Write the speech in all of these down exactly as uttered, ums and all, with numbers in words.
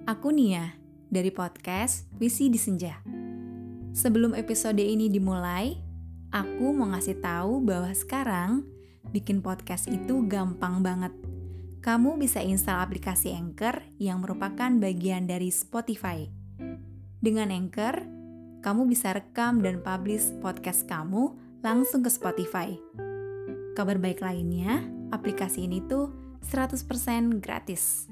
Aku Nia, dari podcast Visi di Senja. Sebelum episode ini dimulai, aku mau ngasih tahu bahwa sekarang bikin podcast itu gampang banget. Kamu bisa install aplikasi Anchor yang merupakan bagian dari Spotify. Dengan Anchor, kamu bisa rekam dan publish podcast kamu langsung ke Spotify. Kabar baik lainnya, aplikasi ini tuh seratus persen gratis.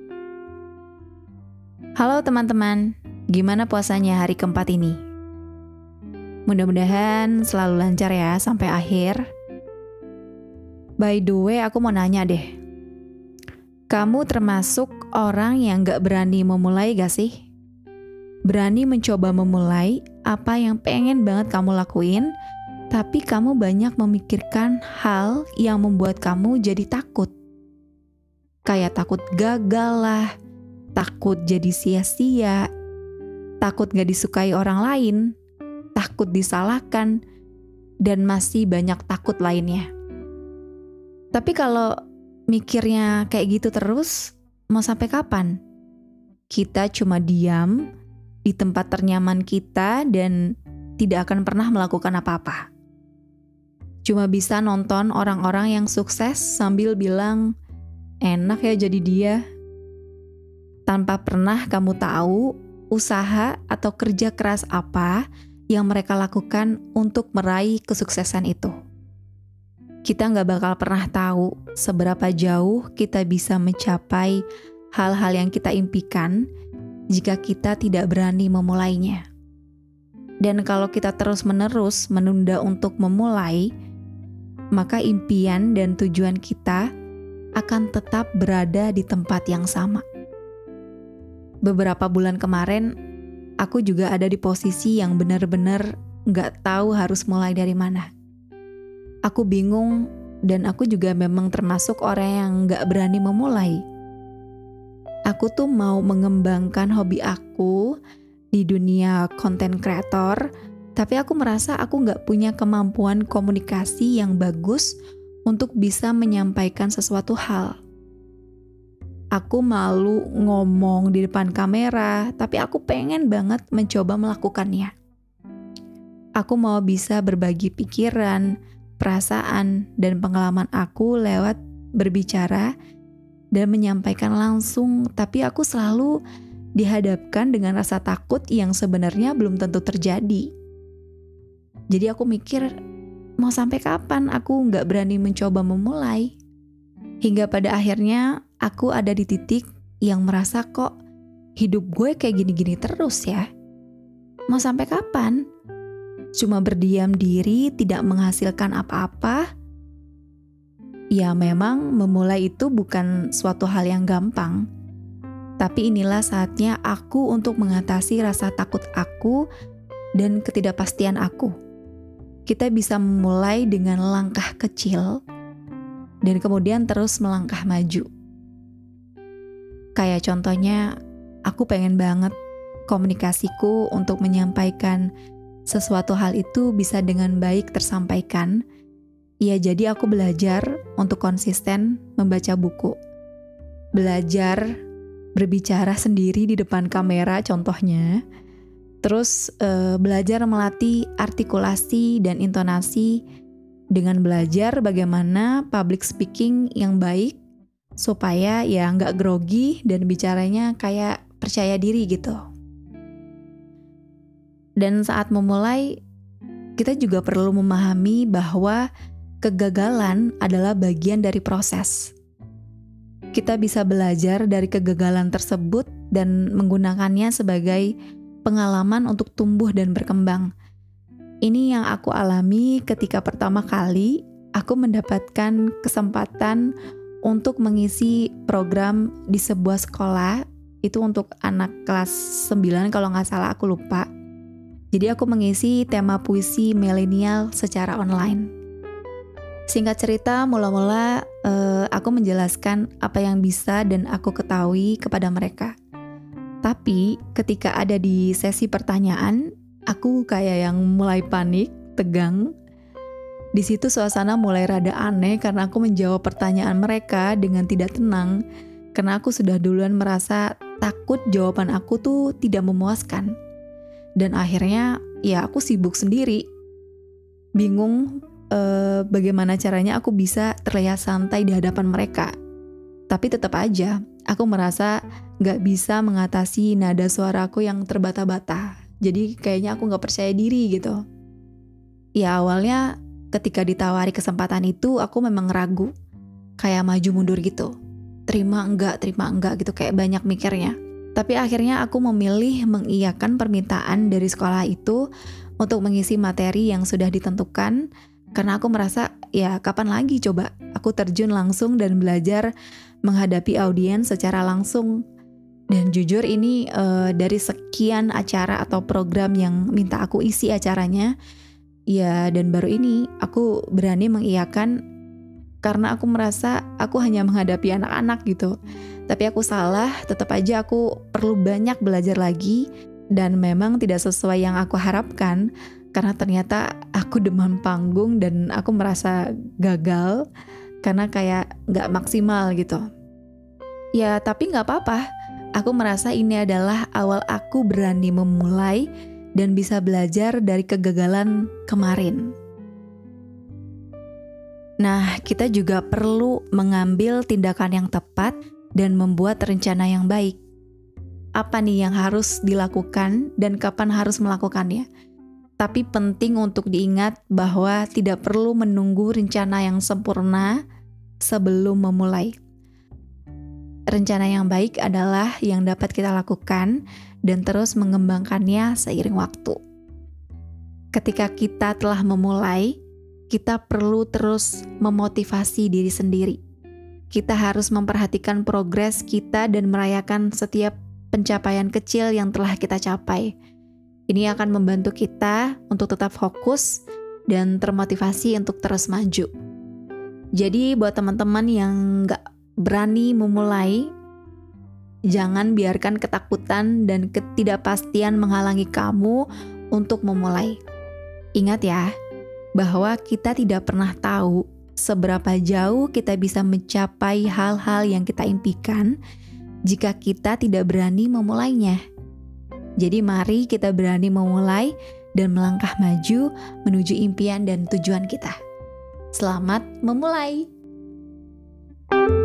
Halo teman-teman, gimana puasanya hari keempat ini? Mudah-mudahan selalu lancar ya sampai akhir. By the way, aku mau nanya deh. Kamu termasuk orang yang gak berani memulai gak sih? Berani mencoba memulai apa yang pengen banget kamu lakuin, tapi kamu banyak memikirkan hal yang membuat kamu jadi takut. Kayak takut gagal lah, takut jadi sia-sia, takut gak disukai orang lain, takut disalahkan, dan masih banyak takut lainnya. Tapi kalau mikirnya kayak gitu terus, mau sampai kapan? Kita cuma diam di tempat ternyaman kita dan tidak akan pernah melakukan apa-apa. Cuma bisa nonton orang-orang yang sukses sambil bilang, enak ya jadi dia. Tanpa pernah kamu tahu usaha atau kerja keras apa yang mereka lakukan untuk meraih kesuksesan itu. Kita nggak bakal pernah tahu seberapa jauh kita bisa mencapai hal-hal yang kita impikan jika kita tidak berani memulainya. Dan kalau kita terus-menerus menunda untuk memulai, maka impian dan tujuan kita akan tetap berada di tempat yang sama. Beberapa bulan kemarin, aku juga ada di posisi yang benar-benar gak tahu harus mulai dari mana. Aku bingung dan aku juga memang termasuk orang yang gak berani memulai. Aku tuh mau mengembangkan hobi aku di dunia content creator, tapi aku merasa aku gak punya kemampuan komunikasi yang bagus untuk bisa menyampaikan sesuatu hal. Aku malu ngomong di depan kamera, tapi aku pengen banget mencoba melakukannya. Aku mau bisa berbagi pikiran, perasaan, dan pengalaman aku lewat berbicara dan menyampaikan langsung, tapi aku selalu dihadapkan dengan rasa takut yang sebenarnya belum tentu terjadi. Jadi aku mikir, mau sampai kapan aku nggak berani mencoba memulai? Hingga pada akhirnya aku ada di titik yang merasa kok hidup gue kayak gini-gini terus ya. Mau sampai kapan? Cuma berdiam diri tidak menghasilkan apa-apa? Ya memang memulai itu bukan suatu hal yang gampang. Tapi inilah saatnya aku untuk mengatasi rasa takut aku dan ketidakpastian aku. Kita bisa memulai dengan langkah kecil dan kemudian terus melangkah maju. Kayak contohnya, aku pengen banget komunikasiku untuk menyampaikan sesuatu hal itu bisa dengan baik tersampaikan. Ya, jadi aku belajar untuk konsisten membaca buku. Belajar berbicara sendiri di depan kamera contohnya. Terus eh, belajar melatih artikulasi dan intonasi dengan belajar bagaimana public speaking yang baik supaya ya nggak grogi dan bicaranya kayak percaya diri gitu. Dan saat memulai, kita juga perlu memahami bahwa kegagalan adalah bagian dari proses. Kita bisa belajar dari kegagalan tersebut dan menggunakannya sebagai pengalaman untuk tumbuh dan berkembang. Ini yang aku alami ketika pertama kali aku mendapatkan kesempatan untuk mengisi program di sebuah sekolah. Itu untuk anak kelas sembilan kalau nggak salah, aku lupa. Jadi aku mengisi tema puisi milenial secara online. Singkat cerita, mula-mula eh, aku menjelaskan apa yang bisa dan aku ketahui kepada mereka. Tapi ketika ada di sesi pertanyaan, aku kayak yang mulai panik, tegang. Di situ suasana mulai rada aneh karena aku menjawab pertanyaan mereka dengan tidak tenang, karena aku sudah duluan merasa takut jawaban aku tuh tidak memuaskan. Dan akhirnya ya aku sibuk sendiri. Bingung eh, bagaimana caranya aku bisa terlihat santai di hadapan mereka. Tapi tetap aja aku merasa gak bisa mengatasi nada suaraku yang terbata-bata. Jadi kayaknya aku gak percaya diri gitu. Ya awalnya ketika ditawari kesempatan itu aku memang ragu. Kayak maju mundur gitu. Terima enggak, terima enggak gitu, kayak banyak mikirnya. Tapi akhirnya aku memilih mengiyakan permintaan dari sekolah itu untuk mengisi materi yang sudah ditentukan. Karena aku merasa ya kapan lagi coba aku terjun langsung dan belajar menghadapi audiens secara langsung. Dan jujur ini uh, dari sekian acara atau program yang minta aku isi acaranya, ya dan baru ini aku berani mengiyakan karena aku merasa aku hanya menghadapi anak-anak gitu. Tapi aku salah, tetap aja aku perlu banyak belajar lagi dan memang tidak sesuai yang aku harapkan karena ternyata aku demam panggung dan aku merasa gagal karena kayak gak maksimal gitu. Ya tapi gak apa-apa, aku merasa ini adalah awal aku berani memulai dan bisa belajar dari kegagalan kemarin. Nah, kita juga perlu mengambil tindakan yang tepat dan membuat rencana yang baik. Apa nih yang harus dilakukan dan kapan harus melakukannya? Tapi penting untuk diingat bahwa tidak perlu menunggu rencana yang sempurna sebelum memulai. Rencana yang baik adalah yang dapat kita lakukan dan terus mengembangkannya seiring waktu. Ketika kita telah memulai, kita perlu terus memotivasi diri sendiri. Kita harus memperhatikan progres kita dan merayakan setiap pencapaian kecil yang telah kita capai. Ini akan membantu kita untuk tetap fokus dan termotivasi untuk terus maju. Jadi buat teman-teman yang gak berani memulai, jangan biarkan ketakutan dan ketidakpastian menghalangi kamu untuk memulai. Ingat ya, bahwa kita tidak pernah tahu seberapa jauh kita bisa mencapai hal-hal yang kita impikan jika kita tidak berani memulainya. Jadi mari kita berani memulai dan melangkah maju menuju impian dan tujuan kita. Selamat memulai!